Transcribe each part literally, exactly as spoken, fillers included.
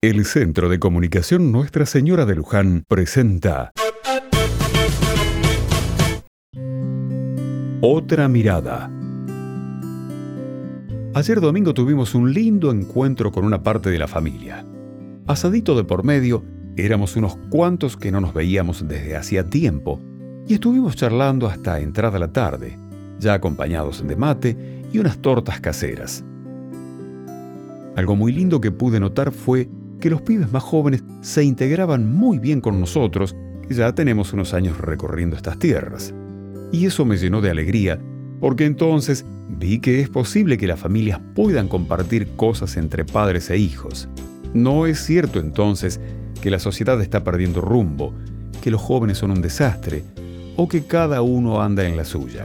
El Centro de Comunicación Nuestra Señora de Luján presenta Otra Mirada. Ayer domingo tuvimos un lindo encuentro con una parte de la familia. Asadito de por medio, éramos unos cuantos que no nos veíamos desde hacía tiempo y estuvimos charlando hasta entrada la tarde, ya acompañados de mate y unas tortas caseras. Algo muy lindo que pude notar fue que los pibes más jóvenes se integraban muy bien con nosotros, que ya tenemos unos años recorriendo estas tierras. Y eso me llenó de alegría, porque entonces vi que es posible que las familias puedan compartir cosas entre padres e hijos. No es cierto entonces que la sociedad está perdiendo rumbo, que los jóvenes son un desastre, o que cada uno anda en la suya.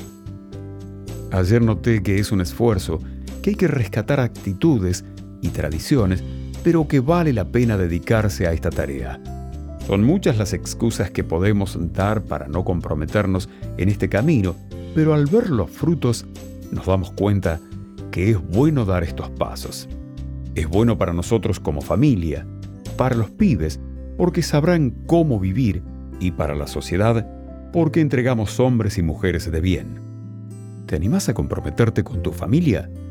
Ayer noté que es un esfuerzo, que hay que rescatar actitudes y tradiciones, pero que vale la pena dedicarse a esta tarea. Son muchas las excusas que podemos dar para no comprometernos en este camino, pero al ver los frutos nos damos cuenta que es bueno dar estos pasos. Es bueno para nosotros como familia, para los pibes, porque sabrán cómo vivir, y para la sociedad, porque entregamos hombres y mujeres de bien. ¿Te animás a comprometerte con tu familia?